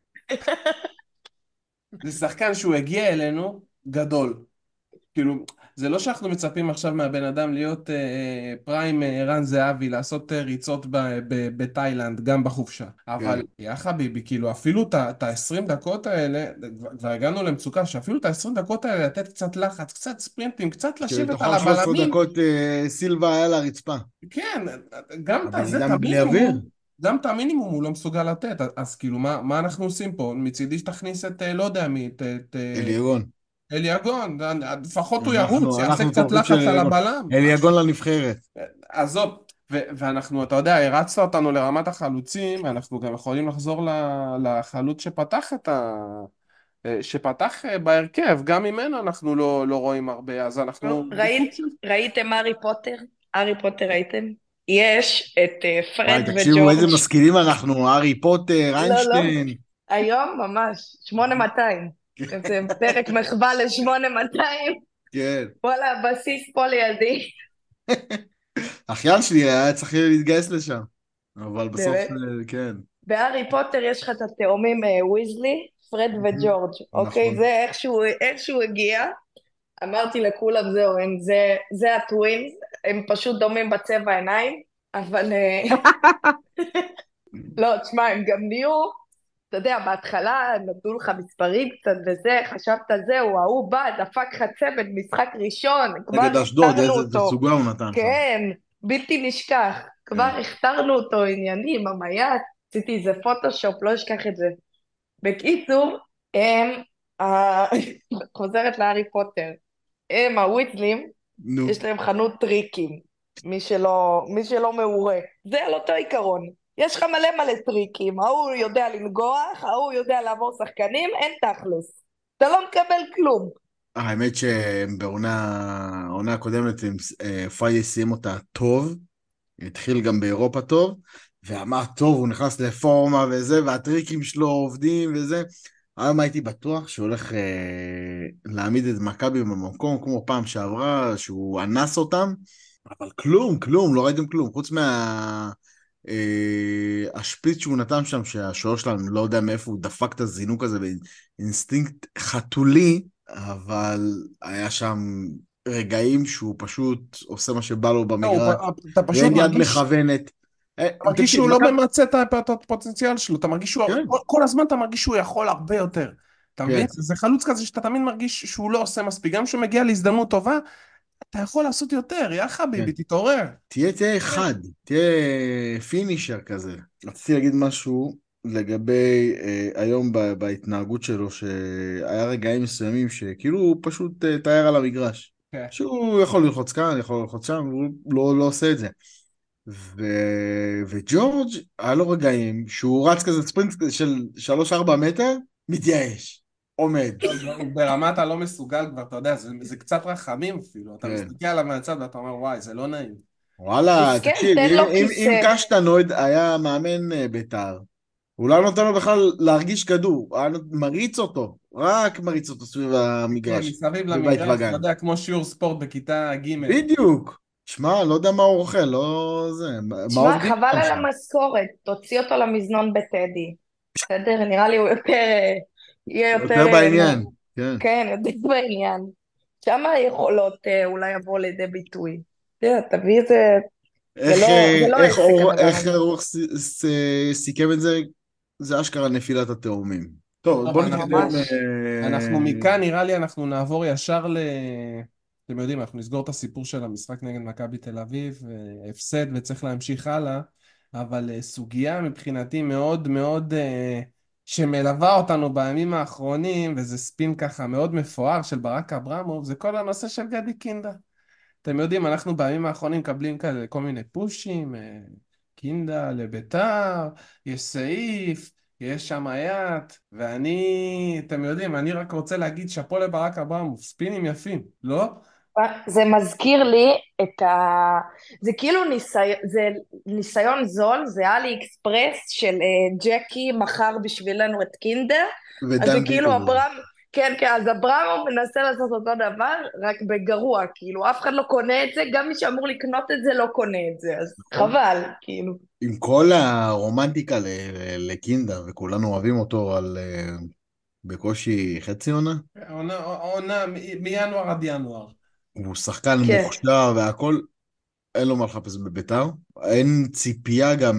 זה שחקן שהוא הגיע אלינו גדול. כאילו, זה לא שאנחנו מצפים עכשיו מהבן אדם להיות פריים רן זהבי, לעשות ריצות בתאילנד, גם בחופשה. אבל, יא חביבי, כאילו, אפילו את ה-20 דקות האלה, כבר הגענו למצוקה, שאפילו את ה-20 דקות האלה לתת קצת לחץ, קצת ספרינטים, קצת לשבת על תוכל 13 הבלמים. דקות סילבה היה לרצפה. כן, גם את הבן זה, אדם בלי אוויר. גם את המינימום הוא לא מסוגל לתת, אז כאילו, מה אנחנו עושים פה? מצידי שתכניס את, לא יודע מי, את אליגון. אליגון, לפחות הוא ירוץ, יעשה אנחנו קצת צורכים לחץ של על אליגון. הבלם. אליגון לנבחרת. עזוב, ואנחנו, אתה יודע, הרצת אותנו לרמת החלוצים, אנחנו גם יכולים לחזור לחלוץ שפתח בהרכב, גם ממנו אנחנו לא רואים הרבה, אז אנחנו... ראיתם הארי פוטר? הארי פוטר ראיתם? יש את פרד וג'ורג'. תקשיבו, איזה משכילים אנחנו, הארי פוטר, איינשטיין. לא, היום ממש, 8200. זה פרק מחווה ל8200. כן. וואלה, הבסיס פה לידי. אחיין שלי היה צריך להתגייס לשם, אבל בסוף, כן. בהארי פוטר יש לך את התאומים ויזלי, פרד וג'ורג', אוקיי? זה איכשהו הגיע. אמרתי לכולם, זהו, זה הטווינס, הם פשוט דומים בצבע העיניים, אבל לא, תשמע, הם גם נהיו, אתה יודע, בהתחלה נתנו לך מספרים קצת וזה, חשבת זהו, ההוא בא, דפק לך צמד, משחק ראשון, כבר נגד אשדוד, הכתרנו איזה אותו. תצוגה הוא נתן שם. כן, בלתי נשכח. כבר כן. הכתרנו אותו עניינים, המייט, עשיתי איזה פוטושופ, לא אשכח את זה. בקיצור, הם, חוזרת להארי פוטר, הם הוויזלים, נו. יש להם חנות טריקים, מי שלא מעורה. זה על אותו עיקרון. יש לך מלא מלא טריקים, ההוא יודע לנגוח, ההוא יודע לעבור שחקנים, אין תכלס. אתה לא מקבל כלום. האמת העונה הקודמת, פריידי סיים אותה טוב, התחיל גם באירופה טוב, ואמר טוב, הוא נכנס לפורמה וזה, והטריקים שלו עובדים וזה. היום הייתי בטוח שהוא הולך להעמיד את מכבי במקום, כמו פעם שעברה, שהוא אנס אותם, אבל כלום, כלום, לא ראיתם כלום, חוץ השפיץ שהוא נתן שם, שהשוער שלנו, לא יודע מאיפה הוא דפק את הזינוק הזה באינסטינקט חתולי, אבל היה שם רגעים שהוא פשוט עושה מה שבא לו לא, במגרש, אתה פשוט ואין יד מרגיש, מכוונת. מרגיש שהוא לא ממצה את הפוטנציאל שלו, אתה מרגיש שהוא, כן, כל הזמן אתה מרגיש שהוא יכול הרבה יותר. אתה כן, מבין? זה חלוץ כזה שאתה תמיד מרגיש שהוא לא עושה מספיק, גם כשהוא מגיע להזדמנות טובה, אתה יכול לעשות יותר, יא כן. חביבי, תתעורר. תהיה אחד, תהיה פינישר כזה. רציתי להגיד משהו לגבי היום בהתנהגות שלו, שהיה רגעים מסוימים שכאילו הוא פשוט תייר על המגרש. כן. שהוא יכול ללחוץ כאן, יכול ללחוץ שם, והוא לא עושה את זה. וג'ורג' היה לו רגעים שהוא רץ כזה ספרינט של 3-4 מטר, מתייאש, עומד. הוא ברמת הלא מסוגל כבר, אתה יודע, זה קצת רחמים אפילו, אתה כן. מסתכל עליו מהצד ואתה אומר, וואי, זה לא נעים. וואלה, מסכן, תקשיב, תן לו אם כיסא. קשטנויד היה מאמן בית"ר, הוא לא נותן לו בכלל להרגיש כדור, הוא היה מריץ אותו, רק מריץ אותו סביב כן, המגרש, מסביב למגרש, אתה ובאצטדיון. יודע, כמו שיעור ספורט בכיתה ג'. בדיוק. שמע, לא יודע מה הוא אוכל, לא זה, מה תשמע, עובדים חבל איתם על שם. המשכורת, תוציא אותו למזנון בטדי. בסדר? נראה לי הוא יהיה יותר, יותר בעניין, כן. כן, יותר בעניין. שם היכולות אולי יבוא לידי ביטוי. תביא את זה, זה לא עסק הדבר איך הזה. אורח סיכם את זה? זה אשכרה נפילת התאומים. טוב, טוב, בוא נתקדם. ממש. אנחנו מכאן, נראה לי, אנחנו נעבור ישר אתם יודעים, אנחנו נסגור את הסיפור של המשחק נגד מכבי תל אביב, הפסד וצריך להמשיך הלאה, אבל סוגיה מבחינתי מאוד מאוד שמלווה אותנו בימים האחרונים, וזה ספין ככה מאוד מפואר של ברק אברמוב, זה כל הנושא של גדי קינדה. אתם יודעים, אנחנו בימים האחרונים מקבלים כאלה כל מיני פושים, קינדה לביתר, יש סעיף, יש שם היית, אתם יודעים, אני רק רוצה להגיד שאפו לברק אברמוב, ספינים יפים, לא? זה מזכיר לי זה כאילו זה ניסיון זול, זה אלי אקספרס של ג'קי מכר בשבילנו את קינדר, אז זה ודן כאילו ביטון. כן, כן, אז אברהם מנסה לעשות אותו דבר, רק בגרוע, כאילו, אף אחד לא קונה את זה, גם מי שאמור לקנות את זה לא קונה את זה, אז חבל, כאילו. עם כל הרומנטיקה לקינדה, וכולנו אוהבים אותו על בקושי חצי עונה, עונה מינואר עד ינואר. הוא שחקן כן. מוכשר והכל, אין לו מה לחפש בביתר. אין ציפייה גם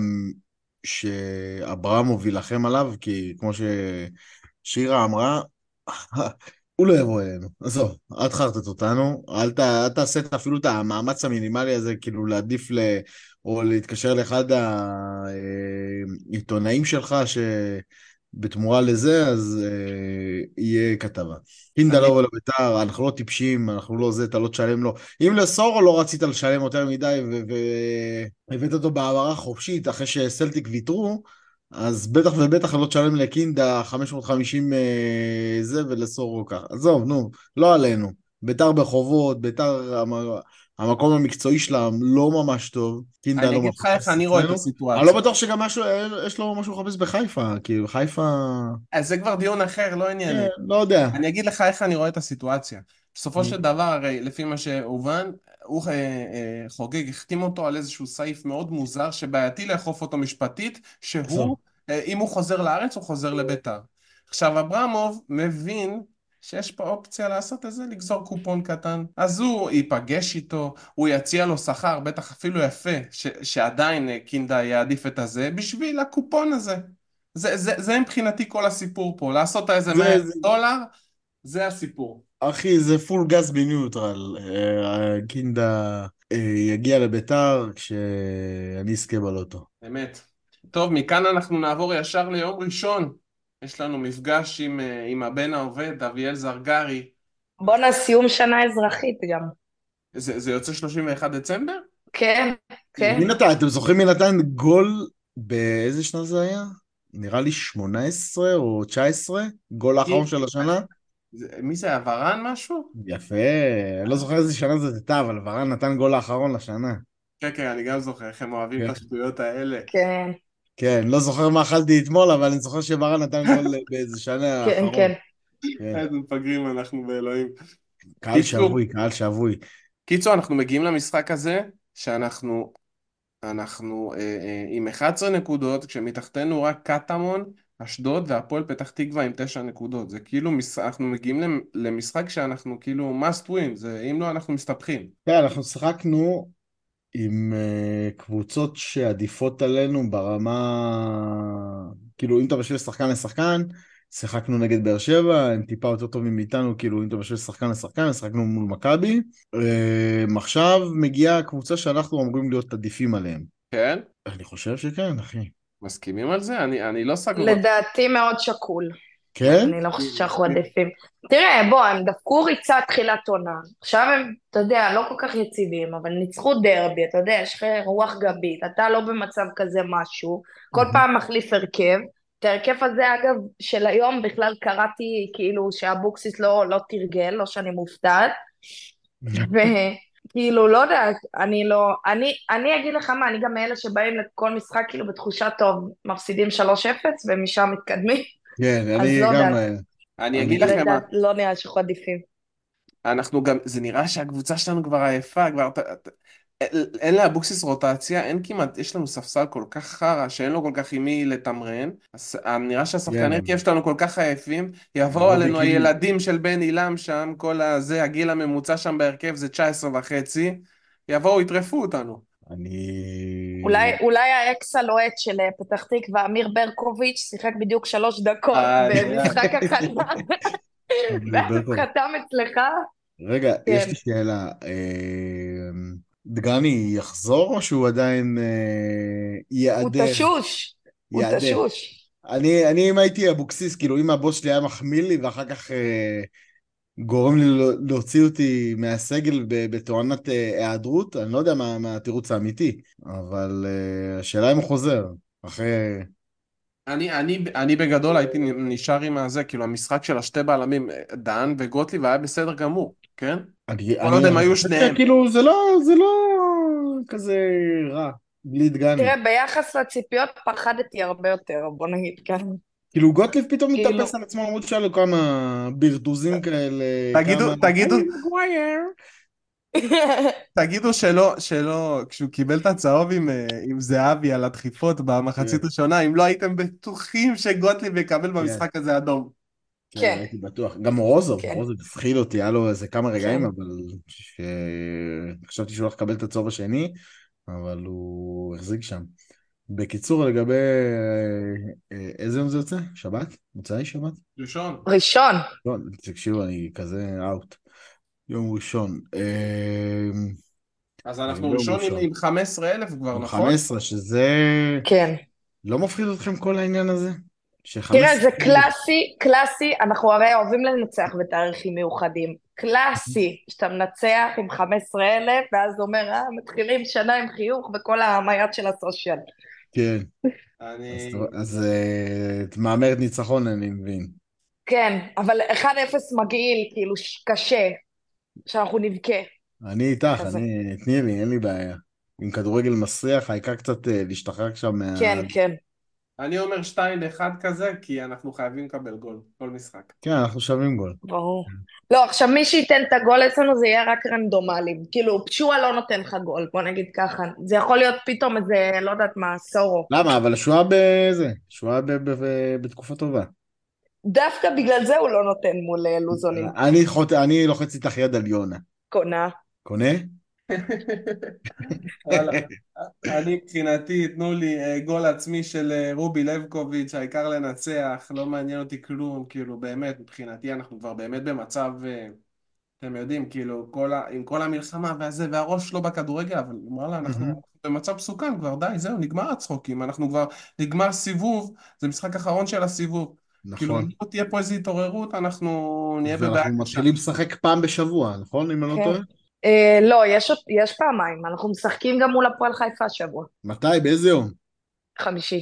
שאברמוב יילחם עליו, כי כמו ששירה אמרה, הוא לא יבוא אלינו. עזוב, אל תחרטט אותנו, אל תעשה אפילו את המאמץ המינימלי הזה, כאילו להעדיף או להתקשר לאחד העיתונאים שלך, שבתמורה לזה, אז יהיה כתבה. קינדה לא עולה לביתר, אנחנו לא טיפשים, אנחנו לא זה, אתה לא תשלם לו. אם לסורו לא רצית לשלם יותר מדי, והבאת אותו בהעברה חופשית, אחרי שסלטיק ויתרו, אז בטח ובטח לא תשלם לקינדה 550 זה ולסורו ככה. עזוב, נו, לא עלינו. ביתר בחובות, ביתר המקום המקצועי שלהם לא ממש טוב. קינדה אני לא אגיד לך איך מחפש אני רואה את אצלנו. אני הסיטואציה. לא בטוח שגם יש לו משהו לחפש בחיפה, כי חיפה... אז זה כבר דיון אחר, לא ענייני. לא יודע. אני אגיד לך איך אני רואה את הסיטואציה. בסופו של דבר, הרי לפי מה שהובן, הוא חוגג, החתים אותו על איזשהו סעיף מאוד מוזר, שבעייתי לאכוף אותו משפטית, שהוא, אם הוא חוזר לארץ, הוא חוזר לביתר. עכשיו, אברמוב מבין שיש פה אופציה לעשות את זה, לגזור קופון קטן. אז הוא ייפגש איתו, הוא יציע לו שכר, בטח אפילו יפה, שעדיין קינדה יעדיף את הזה, בשביל הקופון הזה. זה מבחינתי כל הסיפור פה, לעשות איזה זה, $100, זה הסיפור. אחי, זה פול גז בניוטרל. קינדה יגיע לביתר כשאני אזכה בלוטו. אמת. טוב, מכאן אנחנו נעבור ישר ליום ראשון. יש לנו מפגש עם הבן העובד, אביאל זרגרי. בואנה, סיום שנה אזרחית גם. זה יוצא 31 דצמבר? כן, כן. אתם זוכרים מי נתן גול באיזה שנה זה היה? נראה לי 18 או 19? גול האחרון של השנה? מי זה היה? ורן משהו? יפה, אני לא זוכר איזה שנה זאת הייתה, אבל ורן נתן גול האחרון לשנה. כן, כן, אני גם זוכר איך הם אוהבים את כן. השטויות האלה. כן, כן, לא זוכר מה אכלתי אתמול, אבל אני זוכר שוורן נתן גול באיזה שנה כן, האחרון. כן. כן. איזה מפגרים אנחנו באלוהים. קהל שבוי, קהל שבוי. קיצור, אנחנו מגיעים למשחק הזה, שאנחנו עם 11 נקודות, כשמתחתנו רק קטמון, אשדוד והפועל פתח תקווה עם 9 נקודות. זה כאילו, אנחנו מגיעים למשחק שאנחנו כאילו must win, אם לא אנחנו מסתבכים. כן, אנחנו שיחקנו עם קבוצות שעדיפות עלינו ברמה, כאילו אם אתה משווה שחקן לשחקן, שיחקנו נגד באר שבע, הם טיפה יותר טובים מאיתנו, כאילו אם אתה משווה שחקן לשחקן, שיחקנו מול מכבי. עכשיו מגיעה קבוצה שאנחנו אמורים להיות עדיפים עליהם. כן? אני חושב שכן, אחי. מסכימים על זה? אני לא סגור. לדעתי מאוד שקול. כן? אני לא חושבת שאנחנו עדיפים. תראה, בוא, הם דפקו ריצה תחילת עונה. עכשיו הם, אתה יודע, לא כל כך יציבים, אבל ניצחו דרבי, אתה יודע, יש לך רוח גבית, אתה לא במצב כזה משהו, כל פעם מחליף הרכב. את ההרכב הזה, אגב, של היום בכלל קראתי כאילו שהבוקסיס לא תרגל, לא שאני מופתעת. וכאילו, לא יודעת, אני אגיד לך מה, אני גם מאלה שבאים לכל משחק כאילו בתחושה טוב, מפסידים 3-0 ומשם מתקדמים. כן, אז אני לא גם... יודעת. אני אגיד לכם מה, לא נראה שאנחנו עדיפים. אנחנו גם, זה נראה שהקבוצה שלנו כבר עייפה, כבר, אין לאבוקסיס רוטציה, אין כמעט, יש לנו ספסל כל כך חרא, שאין לו כל כך עם מי לתמרן, אז נראה שהשחקני הרכב שלנו כל כך עייפים, יבואו עלינו הילדים של בן אילם שם, כל הזה, הגיל הממוצע שם בהרכב זה 19 וחצי, יבואו, יטרפו אותנו. אולי האקס הלוהט של פתח תקווה, אמיר ברקוביץ', שיחק בדיוק 3 דקות במשחק הכנה, ואז חתם אצלך. רגע, יש לי שאלה. דגני יחזור או שהוא עדיין יעדר? הוא תשוש. הוא תשוש. אני אם הייתי אבוקסיס, כאילו אם הבוס שלי היה מחמיא לי ואחר כך גורם לי להוציא אותי מהסגל בתואנת היעדרות, אני לא יודע מה התירוץ האמיתי, אבל השאלה אם הוא חוזר אחרי... אני בגדול הייתי נשאר עם הזה, כאילו המשחק של השתי בעלמים, דן וגוטליב היה בסדר גמור, כן? כל עוד הם היו שניהם. כאילו זה לא כזה רע, בלי דגני. תראה, ביחס לציפיות פחדתי הרבה יותר, בוא נגיד כאן. כאילו גוטליב פתאום מתאפס על עצמו, למרות שהיה לו כמה ברדוזים כאלה. תגידו שלא, כשהוא קיבל את הצהוב עם זהבי על הדחיפות במחצית ראשונה, אם לא הייתם בטוחים שגוטליב יקבל במשחק הזה אדום. כן, הייתי בטוח. גם רוזוב הפחיד אותי, היה לו איזה כמה רגעים, אבל חשבתי שהוא הולך לקבל את הצהוב השני, אבל הוא החזיק שם. בקיצור, לגבי איזה יום זה יוצא? שבת? מוצאי שבת? ראשון. תקשיבו, אני כזה אאוט. יום ראשון. אז אנחנו ראשון עם 15,000 כבר, נכון? 15, שזה... כן. לא מפחיד אתכם כל העניין הזה? תראה, זה קלאסי, אנחנו הרי אוהבים לנצח בתאריכים מיוחדים. קלאסי, שאתה מנצח עם 15,000, ואז אומר, מתחילים שנה עם חיוך בכל המייט של הסושיאל. כן. אז מאמרת ניצחון, אני מבין. כן, אבל 1-0 מגעיל, כאילו קשה, שאנחנו נבכה. אני איתך, תני לי, אין לי בעיה. עם כדורגל מסריח, העיקר קצת להשתחרר שם מה... כן, כן. אני אומר 2-1 כזה, כי אנחנו חייבים לקבל גול, כל משחק. כן, אנחנו שווים גול. ברור. לא, עכשיו מי שייתן את הגול אצלנו זה יהיה רק רנדומלי. כאילו, פשועה לא נותן לך גול, בוא נגיד ככה. זה יכול להיות פתאום איזה, לא יודעת מה, סורו. למה? אבל שועה שועה בתקופה טובה. דווקא בגלל זה הוא לא נותן מול לוזונים. אני לוחץ איתך יד על יונה. קונה. קונה? וואלה, אני מבחינתי, תנו לי גול עצמי של רובי לבקוביץ', העיקר לנצח, לא מעניין אותי כלום, כאילו באמת, מבחינתי אנחנו כבר באמת במצב, אתם יודעים, כאילו, עם כל המלחמה והזה, והראש לא בכדורגל, אבל וואלה, אנחנו במצב מסוכן כבר, די, זהו, נגמר הצחוקים, אנחנו כבר, נגמר סיבוב, זה משחק אחרון של הסיבוב. כאילו, אם נכון. לא תהיה פה איזו התעוררות, אנחנו נהיה בבעיה ואנחנו קשה. מתחילים לשחק פעם בשבוע, נכון? אם אני לא כן. טועה? לא, יש פעמיים, אנחנו משחקים גם מול הפועל חיפה שבוע. מתי? באיזה יום? חמישי.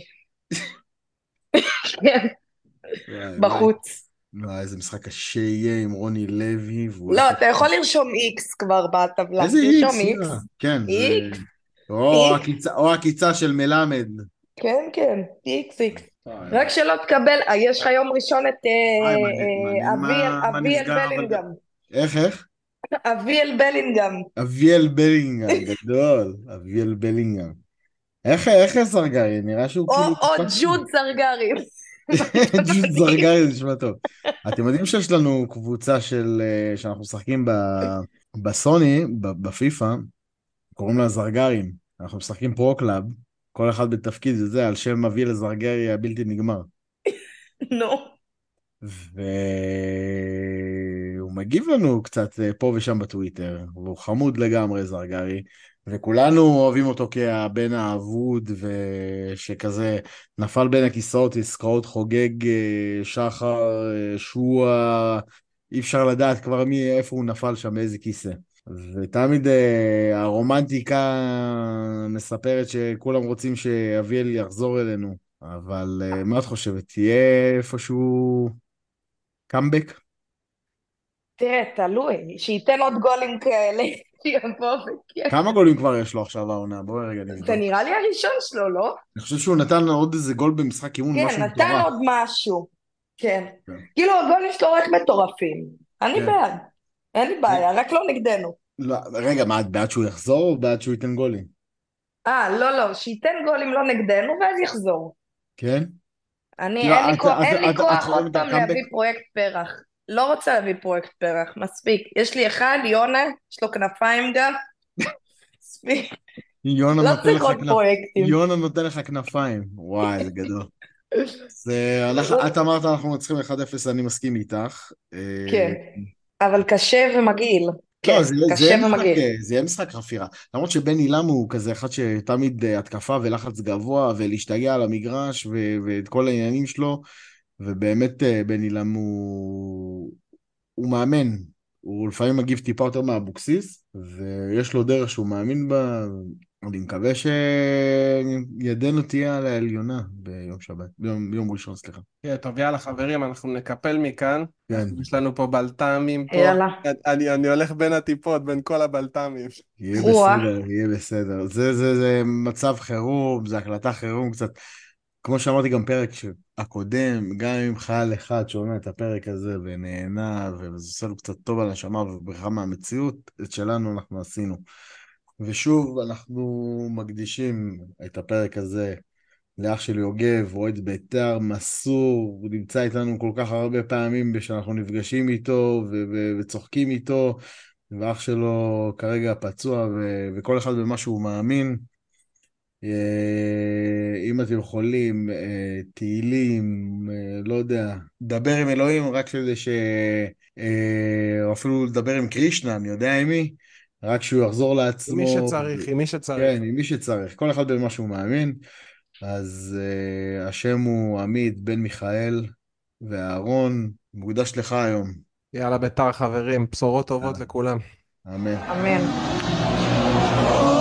כן, וואי וואי. בחוץ. וואי, איזה משחק קשה יהיה עם רוני לוי, והוא הולך... לא, אתה יכול לרשום איקס כבר בטבלה. איזה תרשום איקס? איקס. כן, זה... איקס, או איקס. הקיצה, או הקיצה של מלמד. כן, כן, איקס, איקס. וואי רק וואי. שלא תקבל, יש לך יום ראשון את וואי, מעניין אביאל מה אביאל נסגר, אבל... בלינגהם. איך? אביאל בלינגהם. אביאל בלינגהם, גדול. אביאל בלינגהם. איך זרגרי? נראה שהוא כאילו... או ג'וד זרגרי. ג'וד זרגרי, זה נשמע טוב. אתם יודעים שיש לנו קבוצה שאנחנו משחקים בסוני, בפיפא, קוראים לה זרגרים. אנחנו משחקים פרו-קלאב, כל אחד בתפקיד וזה, על שם אביאל זרגרי הבלתי נגמר. נו. והוא מגיב לנו קצת פה ושם בטוויטר, והוא חמוד לגמרי זרגרי, וכולנו אוהבים אותו כבן האבוד, ושכזה נפל בין הכיסאות, עסקאות חוגג, שחר, שועה, אי אפשר לדעת כבר איפה הוא נפל שם, באיזה כיסא. ותמיד הרומנטיקה מספרת שכולם רוצים שאביאל יחזור אלינו, אבל מה את חושבת? תהיה איפשהו קאמבק? תראה, תלוי, שייתן עוד גולים כאלה, שיבוא וכן. כמה גולים כבר יש לו עכשיו העונה? בואי רגע זה נבדוק. נראה לי הראשון שלו, לא? אני חושב שהוא נתן עוד איזה גול במשחק אימון, כן, משהו נתן מטורף. עוד משהו. כן. כן. כאילו הגולים שלו רק מטורפים. אני כן. בעד. אין לי בעיה, רק לא נגדנו. לא, רגע, מה, את בעד שהוא יחזור או בעד שהוא ייתן גולים? לא, שייתן גולים לא נגדנו ואז יחזור. כן? אני, כאילו, אין לי את כוח עוד חולמת על פעם קאמבק? להביא פרויקט פרח. לא רוצה להביא פרויקט פרח, מספיק. יש לי אחד, יונה, יש לו כנפיים גם. מספיק. יונה לא נותן צריך לך עוד פרויקטים. יונה נותן לך כנפיים. וואי, זה גדול. את אמרת אנחנו צריכים 1-0, אני מסכים איתך. כן, אבל קשה ומגעיל. לא, כן, קשה ומגעיל. זה יהיה משחק חפירה. למרות שבן עילם הוא כזה אחד שתמיד התקפה ולחץ גבוה ולהשתגע על המגרש ואת כל העניינים שלו, ובאמת בן עילם הוא מאמן. הוא לפעמים מגיב טיפה יותר מאבוקסיס, ויש לו דרך שהוא מאמין בה. אני מקווה שידנו תהיה על העליונה ביום ראשון, סליחה. כן, טוב, יאללה חברים, אנחנו נקפל מכאן. כן. יש לנו פה בלת"מים פה. יאללה. אני הולך בין הטיפות, בין כל הבלת"מים. יהיה וואה. בסדר, יהיה בסדר. זה מצב חירום, זה הקלטה חירום קצת. כמו שאמרתי גם פרק הקודם, גם אם חייל אחד שומע את הפרק הזה ונהנה, וזה עושה לו קצת טוב על הנשמה ובריחה מהמציאות, את שלנו אנחנו עשינו. ושוב, אנחנו מקדישים את הפרק הזה לאח שלי יוגב, אוהד בית"ר מסור, הוא נמצא איתנו כל כך הרבה פעמים שאנחנו נפגשים איתו וצוחקים איתו, ואח שלו כרגע פצוע וכל אחד במה שהוא מאמין. אם אתם יכולים, תהילים, לא יודע, דבר עם אלוהים רק כדי או אפילו לדבר עם קרישנה, אני יודע עם מי, רק שהוא יחזור לעצמו. עם מי שצריך. כן, עם מי שצריך, כל אחד במה שהוא מאמין. אז השם הוא עמית בן מיכאל ואהרון, מוקדש לך היום. יאללה בית"ר חברים, בשורות טובות לכולם. אמן. אמן.